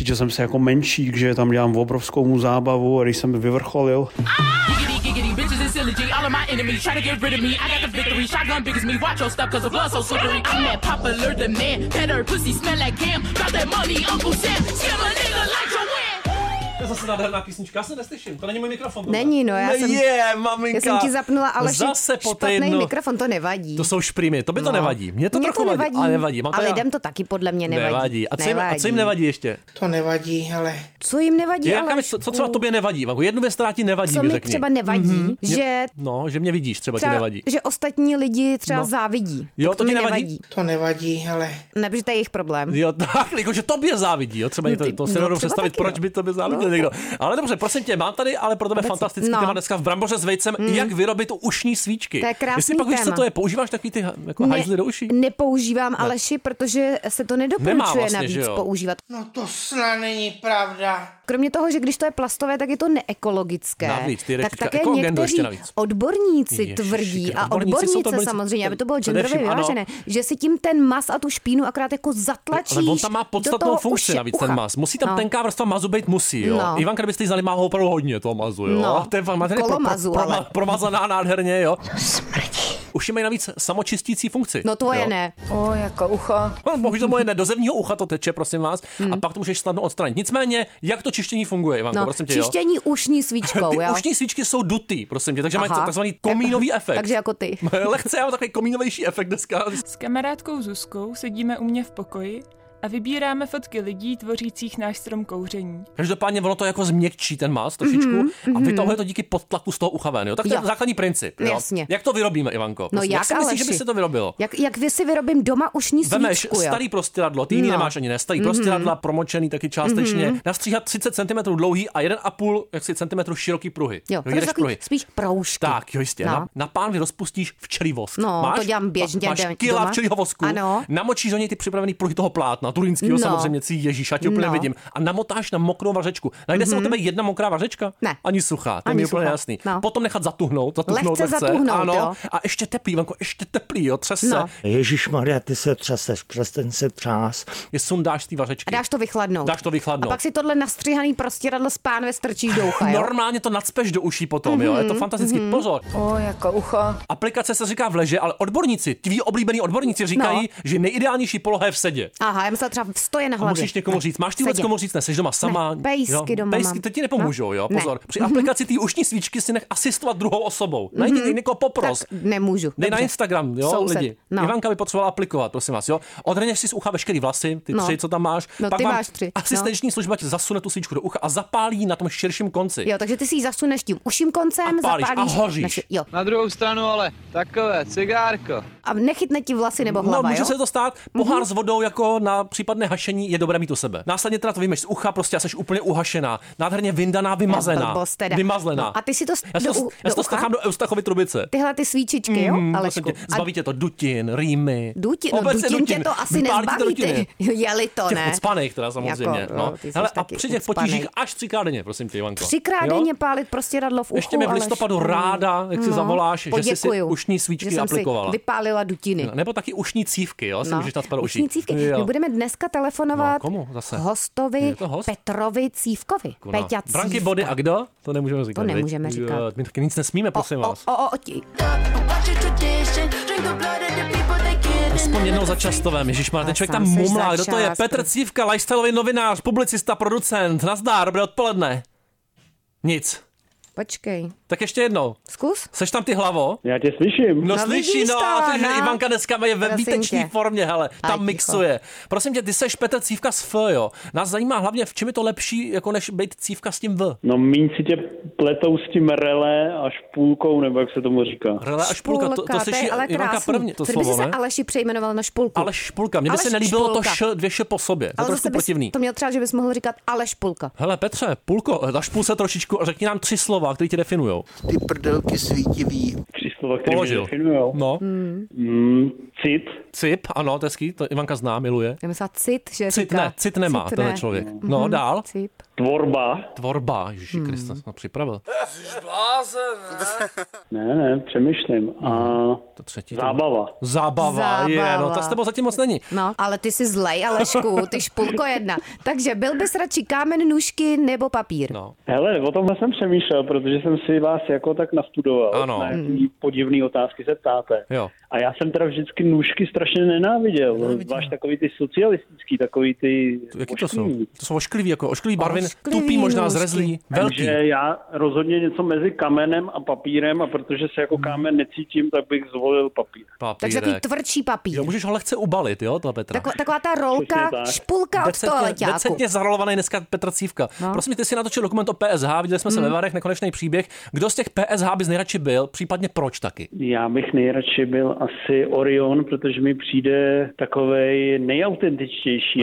cítil jsem se jako menší, že tam dělám obrovskou mu zábavu a když jsem vyvrcholil. To je zase nádherná písnička, já se neslyším, to není můj mikrofon. Není, no, já jsem ti zapnula, ale zase špatný mikrofon, to nevadí. To jsou šprýmy, to by to nevadí. Mně to trochu nevadí, ale nevadí. A lidem to taky podle mě nevadí. A co jim nevadí ještě? To nevadí, ale... Co jim nevadí, ale... Co třeba tobě nevadí? Jednu věc, která ti nevadí, co mi mi řekni. třeba nevadí, že... No, že mě vidíš, třeba ti nevadí. Že ostatní lidi třeba závidí. Jo, to ti nevadí? To nevadí, ale... Ne, protože to je jejich problém. Jo, tak, jakože tobě závidí, jo, třeba to se nedovedu představit, proč by tobě záviděl někdo. Ale dobře, prosím tě, mám tady ale pro tebe fantastický téma dneska v Bramboře s vejcem, jak vyrobit ušní svíčky. To je krásný Jestli pak víš, co to je, používáš takový ty jako hajzly do uší? Nepoužívám, Aleši, protože se to nedoporučuje navíc používat. No to snad není pravda. Kromě toho, že když to je plastové, tak je to neekologické. Navíc, tak také někteří odborníci tvrdí, a odbornice samozřejmě, aby to bylo genderově vyvážené, že si tím ten mas a tu špínu akorát jako zatlačíš. Ale on tam má podstatnou funkci navíc ten mas. Musí tam tenká vrstva mazu být musí, jo. Ivanka, kdybyste jí znali, má opravdu hodně toho mazu, jo. No, to je promazaná nádherně, jo. Uši mají navíc samočistící funkci. No tvoje ne. Jako ucho. No, bohužel moje ne, do zevního ucha to teče, prosím vás, a pak to můžeš snadno odstranit. Nicméně, jak to čištění funguje, Ivanko, prosím tě, čištění ušní svíčkou, ty jo. ušní svíčky jsou dutý, prosím tě, takže mají takzvaný komínový efekt. Takže jako ty. Lehce, já mám takový komínovější efekt dneska. S kamarádkou Zuzkou sedíme u mě v pokoji a vybíráme fotky lidí tvořících náš strom kouření. Každopádně ono to jako změkčí ten mas trošičku a vytahuje to díky podtlaku z toho ucha ven, jo. Tak to je základní princip, jo. Jasně. Jak to vyrobíme, Ivanko? No jak si myslíš, že by se to vyrobilo? Jak vy si vyrobím doma ušní svíčku, vemeš jo? Starý prostěradlo, ty jiný nemáš ani, ne? Starý prostěradla, promočený taky částečně, nastříhat 30 cm dlouhý a 1,5 cm široký pruhy. Jo, pruhy. Spíš proužky. Tak, jo, jistě. No. Na pánvi rozpustíš včelí vosk. No, máš? to dělám běžně Máš kila včelího vosku. Ano. Namočíš do něj ty připravený pruhy toho plátna, turínského samozřejmě, Ježíš, já tě úplně vidím. A namotáš na mokrou vařečku. Najde se u tebe jedna mokrá vařečka? Ne. Ani suchá, to je mi úplně jasný. No. Potom nechat zatuhnout lehce. Ano. Jo. A ještě teplý, Ivanko, ještě teplý, jo, třese. No. Ježišmarja, ty se třeseš, přes ten se třás. Je sundáš z té vařečky. A dáš to vychladnout. A pak si tohle nastříhaný prostěradlo z pánve strčíš do ucha, jo? Normálně to nacpeš do uší potom, jo. Je to fantastický. Pozor. Jako ucho. Aplikace se říká v leže, ale odborníci, tví oblíbení odborníci říkají, že nejideálnější poloha je v sedě. Aha, já myslela třeba stoje na hlavě. Musíš někomu říct, máš ty vůbec komu říct, ne, jsi doma sama. Ne, pejsky doma pejsky, mám. to ti nepomůžou, jo, pozor. Ne. Při aplikaci té ušní svíčky si nech asistovat druhou osobou. Najdi někoho popros. Tak nemůžu. Dej na Instagram, jo, Soused. lidi. No. Ivanka by potřebovala aplikovat, prosím vás, jo. Odhrněš si z ucha veškerý vlasy, ty 3, co tam máš. No, pak ty vám máš 3. asistenční služba ti zasune tu svíčku do ucha a zapálí na tom širším konci. Jo, takže ty si ji zasuneš tím uším koncem, a pálíš, zapálíš a hoříš. Jo. Na druhou stranu ale takové cigárko. A nechytne ti vlasy nebo hlava, no, může jo? se to stát. Pohár s vodou jako na případné hašení je dobré mít u sebe. Následně teda to vyjmeš z ucha, prostě jsi úplně uhašená, nádherně vyndaná, vymazená. Vymazlená. No, a ty si to já to strachám do Eustachovy trubice. Tyhle ty svíčičky, jo, Alešku. Zbaví tě to dutin, rýmy. Dutin tě to asi nezbaví, ty. Jeli to, ne? Těch odspaných teda samozřejmě. Jako, no. Hele, a při těch potížích až 3krát denně, prosím tě, Ivanko. 3krát denně pálit prostěradlo v uchu. Ještě mi v listopadu ráda, jak si zavoláš, že jsi si ušní svíčky aplikovala. Vypálila dutiny. Nebo taky ušní cívky, jo, si můžeš nadspat uší. Ušní cívky. My budeme dneska telefonovat komu zase? Hostovi Petrovi Cívkovi. Peťa Cívka. Branky, body a kdo? To nemůžeme říkat. To nemůžeme říkat. My taky nic nesmíme, prosím vás. Aspoň jednou za častovém, ježišmar, ten člověk tam mumlá. Kdo to je? Petr Cívka, lifestyleový novinář, publicista, producent. Nazdar, dobré odpoledne. Nic. Počkej. Tak ještě jednou. Zkus. Seš tam ty hlavo? Já tě slyším. No slyší, Ivanka dneska je ve výtečné formě, hele, tam mixuje. Prosím tě, ty seš Petr Cívka s F, jo. Nás zajímá hlavně, v čem je to lepší, jako než být Cívka s tím V. No míň si tě pletou s tím rele a špůlkou, nebo jak se tomu říká. Rele a špůlka, to slyší Ivanka prvně, to slovo, ne? Se Aleši přejmenoval na špulku. Aleš Špulka, mně by se nelíbilo to dvě š po sobě, to je trošku protivný. To měl třeba, že bys mohl říkat Aleš Pulka. Hele Petře, Pulko, zašpůl se trošičku a řekni nám 3 slova, které tě definujou. Ty prdelky svítivý. slova, které mě definujou. No. Cit. Cip, ano, to je hezký, to Ivanka zná, miluje. Já myslím cit, že říká. Cit nemá tenhle člověk. No, dál. Cip. Tvorba. Ježiši Krista, jsem připravil. Ne, přemýšlím. A to třetí. Zábava, no to s tebou zatím moc není. No, ale ty jsi zlej, Alešku, ty špulko jedna. Takže byl bys radši kámen, nůžky nebo papír? No. Hele, o tomhle jsem přemýšlel, protože jsem si vás jako tak nastudoval. Ano. Na jaký podivný otázky se ptáte. Jo. A já jsem teda vždycky nůžky strašně nenáviděl. Zvlášť takový ty socialistický, takový ty jaký to jsou? To jsou ošklivý, jako ošklivý barvin, tupý, možná zrezlý, velký. Takže já rozhodně něco mezi kamenem a papírem a protože se jako kámen necítím, tak bych zvolil papír. Takže takový tvrdší papír. Jo, můžeš ho lehce ubalit, jo, to Petra. Taková ta rolka, špulka od toaleťáku. Decentně zarolovaný dneska Petra Cívka. No. Prosím, ty jsi natočil dokument o PSH, viděli jsme se ve Varech, nekonečný příběh. Kdo z těch PSH bys nejradši byl, případně proč taky? Já bych nejradši byl asi Orion, protože mi přijde takovej nejautentičtější.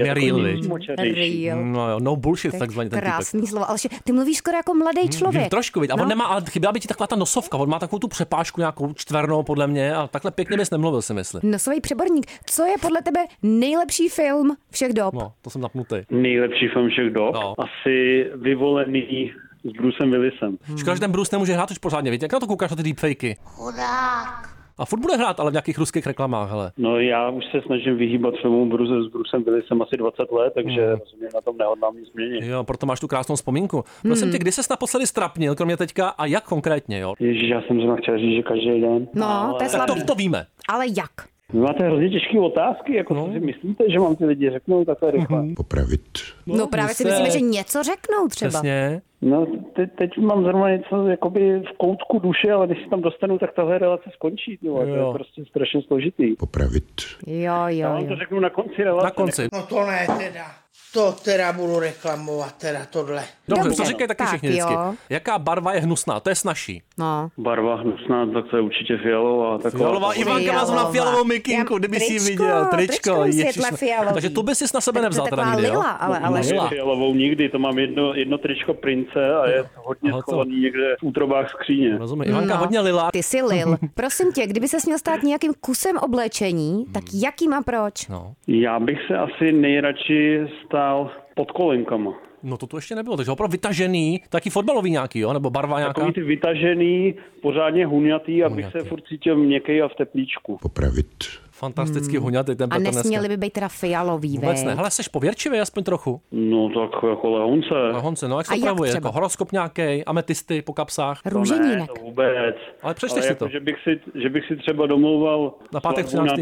No jo, no bullshit, takzvaný ten typek. Krásný slovo, ale ty mluvíš skoro jako mladý člověk. Trošku, a on nemá, ale chyběla by ti taková ta nosovka, on má takovou tu přepážku nějakou čtvernou podle mě a takhle pěkně bys nemluvil, si myslím. Nosový přeborník. Co je podle tebe nejlepší film všech dob? No, to jsem napnutý. Nejlepší film všech dob? No. Asi Vyvolený s Brucem Willisem. Škoda, že ten Bruce nemůže hrát už pořádně, víte? Jak na to koukáš na ty deepfakey? Chudák. A furt bude hrát, ale v nějakých ruských reklamách, hele. No já už se snažím vyhýbat filmu s Brucem Willisem asi 20 let, takže rozumím, na tom nehodlám nic změnit. Jo, proto máš tu krásnou vzpomínku. Prosím tě, kdy ses naposledy strapnil, kromě teďka, a jak konkrétně, jo? Ježíš, já jsem zrovna chtěl říct, že každý den. No, ale... to je slabý. To víme. Ale jak? Vy máte hrozně těžké otázky, jako co si myslíte, že vám ty lidi řeknou takhle rychle? Popravit. No právě si myslíme, že něco řeknou třeba. Přesně. No, teď mám zrovna něco jakoby v koutku duše, ale když si tam dostanu, tak tahle relace skončí. To je prostě strašně složitý. Popravit. Jo. Já vám to řeknu na konci relace. Na konci. No to ne teda. To teda budu reklamovat, teda tohle. Dobře, to říkají taky všichni vždycky. Jaká barva je hnusná? To je snažší. No. Barva hnusná, tak to je určitě fialová. Fialová, Ivanka má zrovna fialovou mikinku, kdyby si ji viděl. Tričko, takže to by si na sebe nevzal teda nikdy, jo? Ale fialovou nikdy, to mám jedno tričko prince a je hodně schovaný někde v útrobách skříně. Rozumím, Ivanka hodně lila. Ty jsi lil. Prosím tě, kdyby ses měl stát nějakým kusem oblečení, tak jakým a proč? No. Já bych se asi nejradši stál pod kolenkama. No to tu ještě nebylo, takže opravdu vytažený, taky fotbalový nějaký, jo? Nebo barva nějaká? Takový ty vytažený, pořádně huňatý, abych se furt cítil měkkej a v teplíčku. Popravit. Fantasticky huňatý ten Petr dneska. A nesměli by být teda fialový, vůbec ne. Hele, seš pověrčivý aspoň trochu. No tak jako lehonce. No jak se opravuje? Jako horoskop nějaký, ametisty po kapsách? Růženínek. To vůbec. Ale přečteš si jako, to. Že bych si třeba domlouval na pátek 13.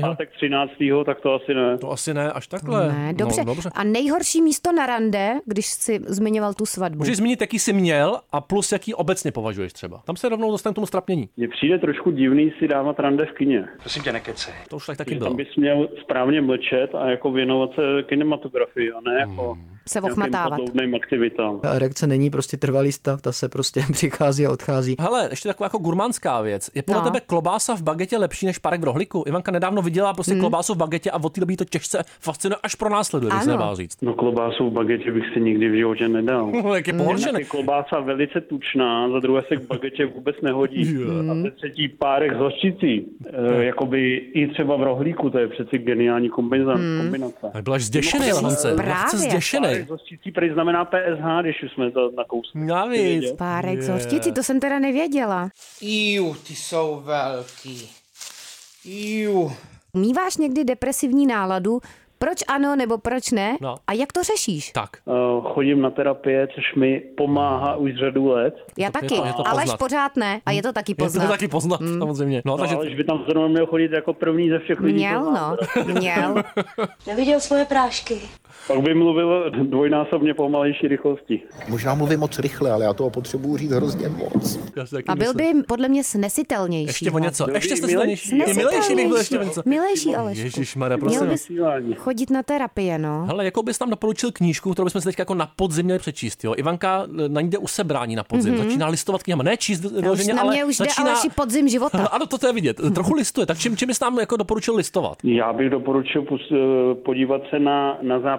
tak to asi ne. To asi ne, až takhle. Ne, dobře. No, dobře. A nejhorší místo na rande, když si zmiňoval tu svatbu? Můžeš zmínit, jaký jsi měl a plus jaký obecně považuješ třeba. Tam se rovnou dostanu k tomu strapnění. Mně přijde trošku divný si dávat rande v kině. Prosím tě, nekecej. To už taky bylo. Tam bys měl správně mlčet a jako věnovat se kinematografii a ne jako se ochmatávat. Aktivitám. A erekce není prostě trvalý stav, ta se prostě přichází a odchází. Hele, ještě taková jako gurmánská věc. Je podle tebe klobása v bagetě lepší než párek v rohlíku? Ivanka nedávno viděla prostě klobásu v bagetě a od té doby to těžce fascinuje až pro následuje, když se nedá říct. No klobásu v bagetě bych si nikdy v životě nedal. Jak je pohoršený. Klobása velice tučná, za druhé se k bagetě vůbec nehodí. A za třetí párek s hořčicí. Jakoby i třeba v rohlíku, to je přeci geniální kombinace. Byla až zděšený, Lance. Zděšený. Párek s hořčicí prý znamená PSH, když už jsme to nakousli. Navíc. Párek s hořčicí, to jsem teda nevěděla. Ty jsou velký. Míváš někdy depresivní náladu? Proč ano, nebo proč ne? No. A jak to řešíš? Tak. Chodím na terapie, což mi pomáhá už řadu let. Já taky, Aleš pořád ne. A je to taky poznat. Je to taky poznat, samozřejmě. No, takže... Aleš by tam zrovna měl chodit jako první ze všech lidí. Měl. Neviděl svoje prášky. Pak by mluvil dvojnásobně pomalejší rychlosti. Možná mluvím moc rychle, ale já toho potřebuji říct hrozně moc. A byl by podle mě snesitelnější. Ještě o něco. Ještě snesitelnější. Milejší bych byl ještě o něco. Milejší, Aleš. Ježišmarja, prosím. Chodit na terapie, no. Hele, jakou bys tam doporučil knížku, kterou bychom si teď jako na podzim měli přečíst, jo? Ivanka na ní jde usebrání na podzim. Začíná listovat knihama. Ne číst vyloženě, ale mě už začíná... jde Aleši podzim života. Ano, to je vidět. Trochu listuje. Tak čím bys nám jako doporučil listovat? Já bych doporučil podívat se na západ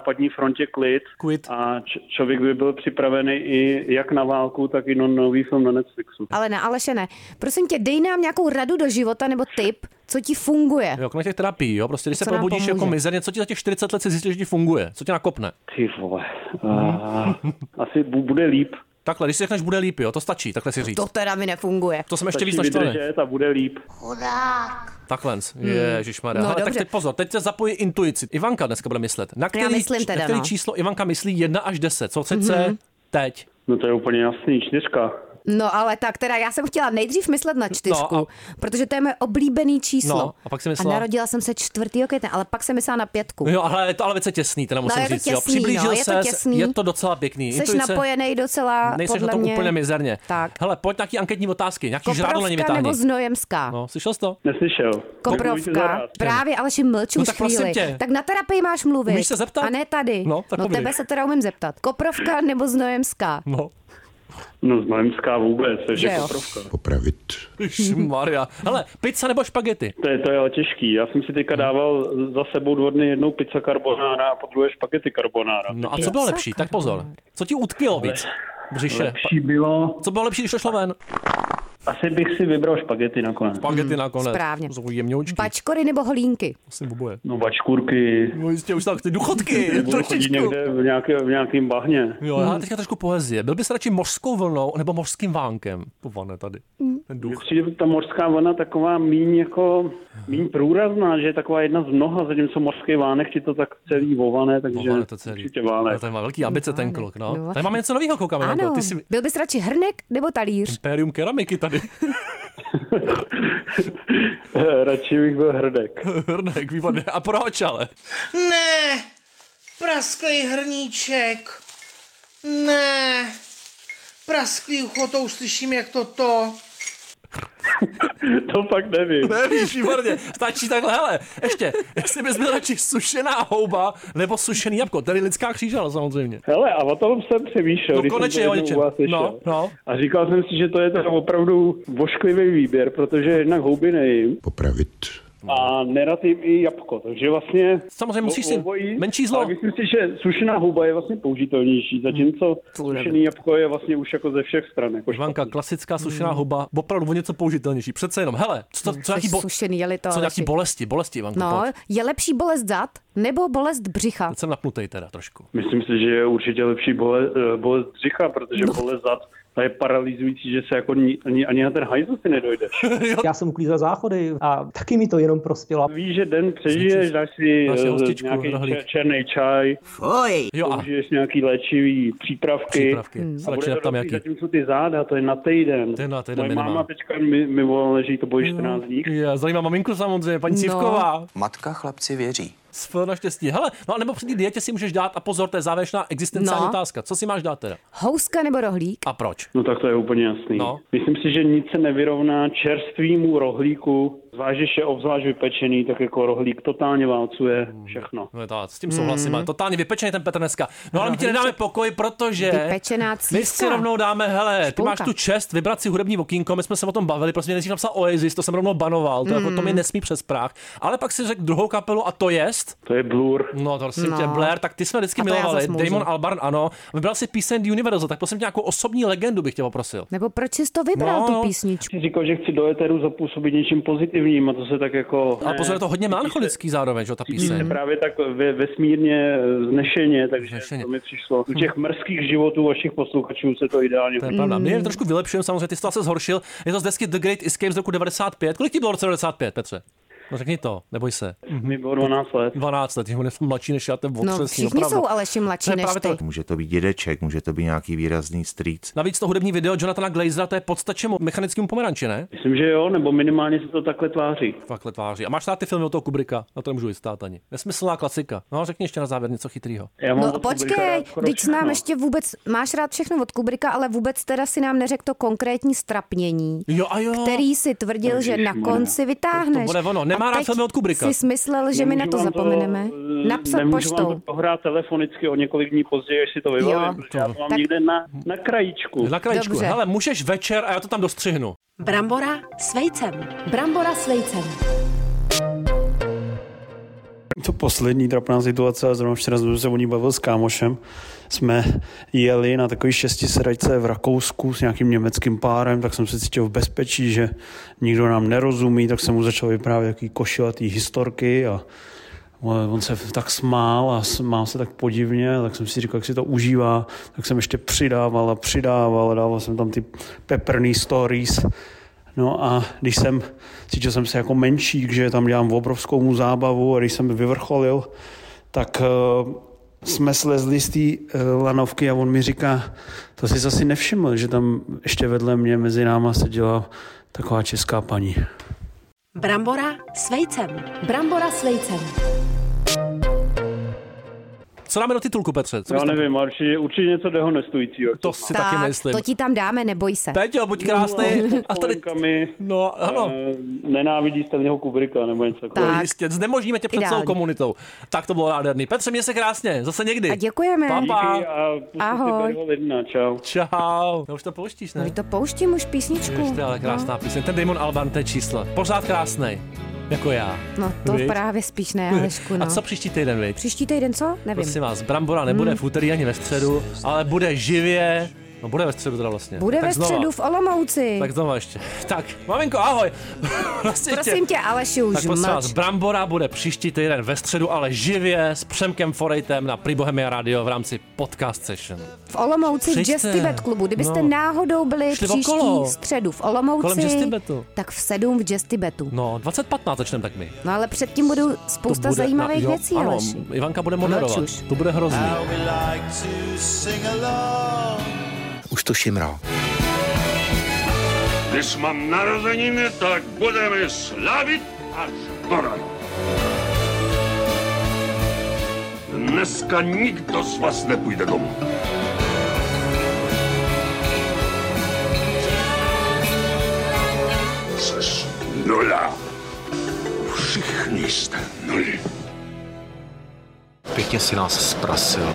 západní frontě klid. A člověk by byl připravený i jak na válku, tak i na nový film na Netflixu. Ale ne, Aleše, ne. Prosím tě, dej nám nějakou radu do života nebo tip, co ti funguje. Jo, kromě těch terapií, jo, prostě když se probudíš jako mizerně, co ti za těch 40 let si zjistíš, že ti funguje, co tě nakopne? Ty vole, asi bude líp. Takhle, když si řekneš, bude líp, jo, to stačí, takhle si říct. To teda mi nefunguje. To jsem ještě víc naštvaný. A bude líp. Chudák. Takhle, ježišmarja. No, tak teď pozor, teď se zapojí intuici. Ivanka dneska bude myslet. Na který číslo Ivanka myslí 1 až 10? Co chce teď? No to je úplně jasný, 4. No ale tak teda já jsem chtěla nejdřív myslet na 4, protože to je moje oblíbený číslo. No, a pak si myslela... A narodila jsem se 4. května, ale pak jsem myslela na 5. Jo, ale je to ale více těsný, teda musím říct. Jo. Přiblížil ses, je to docela pěkný. Jsi napojenej docela, nejseš na tom úplně mizerně. Tak. Hele, pojď nějaký anketní otázky, nějaký žrádlo na ní vytáhni. Koprovka nebo Znojemská? No, slyšel jsi to? Neslyšel. Koprovka. Právě, ale mlč už chvíli. Tak na terapii máš mluvit. Umíš se zeptat? A ne tady. No tebe se teda umím zeptat. Koprovka nebo Znojemská? No Znojemská vůbec, takže Koprovka. Popravit. Maria. Hele, pizza nebo špagety? To je ale těžký. Já jsem si teďka dával za sebou 2 dny jednou pizza carbonara a po druhé špagety carbonara. No a co bylo lepší? Tak pozor. Co ti utkvělo víc? Břiše. Lepší bylo... Co bylo lepší, když to šlo ven? Asi bych si vybral špagety nakonec. Správně. Jemňoučky. Bačkory nebo holínky? Asi boboje. No bačkurky. No jistě už tak ty duchotky. Budu chodit někde v nějakým bahně. Jo, já teďka trošku poezie. Byl bys radši mořskou vlnou nebo mořským vánkem? Povane tady. Ten duch. Přijde ta mořská vlna taková míň průrazná, že je taková jedna z mnoha, zatímco mořský vánek ti to tak celý vované, takže to celý. Určitě vánek. To má velký ambice ten kluk, no. Tady máme něco nového, koukáme. Ano, byl bys radši hrnek nebo talíř? Impérium keramiky tady. Radši bych byl hrdek. Hrdek, výborně. A proč ale? Ne, prasklý hrníček. Ne, prasklý ucho, to už slyším, jak to. To fakt nevím. Nevíš, výborně. Stačí takhle, hele, ještě, jestli bys byl radši sušená houba nebo sušený jabko, tedy lidská křížala samozřejmě. Hele, a o tom jsem přemýšlel, když konečně jsem to slyšel. No. A říkal jsem si, že to je teda opravdu vošklivý výběr, protože jednak houby nejím. Popravit. A nerad jim i jabko, takže vlastně... Samozřejmě musíš si menší zlo. Ale myslím si, že sušená houba je vlastně použitelnější, zatímco sušený jabko je vlastně už jako ze všech stran. Jako Ivanka, klasická sušená houba, opravdu o něco použitelnější. Přece jenom, hele, co nějaký bolesti, Ivanko, no, pojď. Je lepší bolest zad nebo bolest břicha? Teď jsem napnutej teda trošku. Myslím si, že je určitě lepší bolest břicha, protože bolest zad to je paralyzující, že se jako ani na ten hajzl si nedojdeš. Já jsem uklízel záchody a taky mi to jenom prospělo. Víš, že den přežiješ, dáš si nějaký černý čaj, použiješ nějaký léčivý přípravky. A bude to dobrý, zatímco ty záda, to je na týden. Moje máma teďka mi volala, že jí to bojí 14 dní. Zajímá maminku samozřejmě, paní Cívková. Matka chlapci věří. Naštěstí. Hele, no a nebo při té dietě si můžeš dát, a pozor, to je závěrečná existenciální otázka. Co si máš dát teda? Houska nebo rohlík? A proč? No tak to je úplně jasný. No. Myslím si, že nic se nevyrovná čerstvýmu rohlíku, zvlášť, že je obzvlášť vypečený, tak jako rohlík totálně válcuje všechno. No to, s tím souhlasím, ale totálně vypečený ten Petr dneska. No ale my ti nedáme pokoj, protože my si rovnou dáme, hele, ty máš tu čest vybrat si hudební okýnko, my jsme se o tom bavili, prostě nejdřív napsal Oasis, to jsem rovnou banoval, to, jako, to mi nesmí přes práh. Ale pak si řekl druhou kapelu a to jest? To je Blur. No to prosím tě, Blair, tak ty jsme vždycky milovali. Damon Albarn, ano. Vybral si píseň The Universal, tak prosím tě nějakou osobní legendu bych tě poprosil. Nebo proč jsi to vybral, tu písničku? Říkal, že chci do éteru zapůsobit něčím pozitivním a to se tak jako... Ale pozor, je to hodně melancholický zároveň, že ta píseň. Právě tak vesmírně znešeně, takže to mi přišlo. U těch mrzkých životů vašich posluchačů se to ideálně... To je pravda. Mě trošku vylepšil, samozřejmě ty jsi to se zhoršil. Je to z desky The Great Escape z roku 95. Kolik ti bylo v roce 95, Petře? No řekni to, neboj se. Mi bylo 12 let. 12 let, on je mladší než já, ten otřesný. No všichni jsou Aleši mladší než ty. Může to být dědeček, může to být nějaký výrazný strýc. Navíc to hudební video Jonathana Glazera, to je podstačím mechanickému pomeranči, ne? Myslím, že jo, nebo minimálně se to takhle tváří. Takhle tváří. A máš rád ty filmy od toho Kubricka? Na to nemůžu jistát ani. Nesmyslná klasika. No, řekni ještě na závěr něco chytrýho. No počkej, když nám ještě vůbec máš rád všechno od Kubricka, ale vůbec teda si nám neřekl to konkrétní strapnění, který si tvrdil, že na konci vytáhneš. To ono. Nemá rád filmy od Kubricka. Jsi myslel, že my na to zapomeneme? Napsat poštou. Nemůžu vám to hrát telefonicky o několik dní později, až si to vybavím, protože já to mám někde na krajíčku. Na krajíčku. Dobře. Hele, můžeš večer a já to tam dostřihnu. Brambora s vejcem. Brambora s vejcem. To poslední trapná situace, a zrovna včera jsem se o ní bavil s kámošem. Jsme jeli na takový 6sedačce v Rakousku s nějakým německým párem, tak jsem se cítil v bezpečí, že nikdo nám nerozumí, tak jsem mu začal vyprávět jaký košilatý historky a on se tak smál a smál se tak podivně, tak jsem si říkal, jak si to užívá, tak jsem ještě přidával a dával jsem tam ty pepperný stories. No a cítil jsem se jako menšík, že tam dělám obrovskou mu zábavu a když jsem vyvrcholil, tak jsme slezli z té lanovky a on mi říká, to jsi asi nevšiml, že tam ještě vedle mě mezi náma seděla taková česká paní. Brambora s vejcem. Brambora s vejcem. Co dáme do titulku, Petře? Já nevím, určitě něco dehonestujícího. To si taky myslím. To ti tam dáme, neboj se. Peťo, buď krásný. A tady... No, ano. Nenávidí Stanleyho Kubricka nebo něco takového. Jistě, znemožníme tě před celou komunitou. Tak to bylo nádherný. Petře, měj se krásně, zase někdy. A děkujeme. Pa. Ahoj. Čau. Čau. No už to pouštíš, ne? Už to pouštím už písničku. Ještě, ale krásná píseň. Ten Damon Albarn, to je číslo. Pořád krásnej. Jako já. No to víš? Právě spíš ne, Alešku, no. A co příští týden, viď? Příští týden co? Nevím. Prosím vás, Brambora nebude v úterý ani ve středu, ale bude živě. No bude ve středu teda vlastně. Bude tak ve středu v Olomouci. Tak znova ještě. Tak, maminko, ahoj. Prosím tě, Aleši, už tak prosím vás, Brambora bude příští týden ve středu, ale živě s Přemkem Forejtem na Prix Bohemia Radio v rámci podcast session. V Olomouci v Jazz Tibet klubu. Kdybyste náhodou byli příští středu v Olomouci, tak v 7 v Jazz Tibetu. No, 20:15 začneme tak my. No ale předtím budou spousta zajímavých věcí, ano, Aleši. Ivanka bude moderovat. To bude hrozný. Už to šimrá. Když mám narozeniny, tak budeme slavit až do rána. Dneska nikdo z vás nepůjde domů. Jseš nula. Všichni jste nuly. Pěkně si nás zprasil.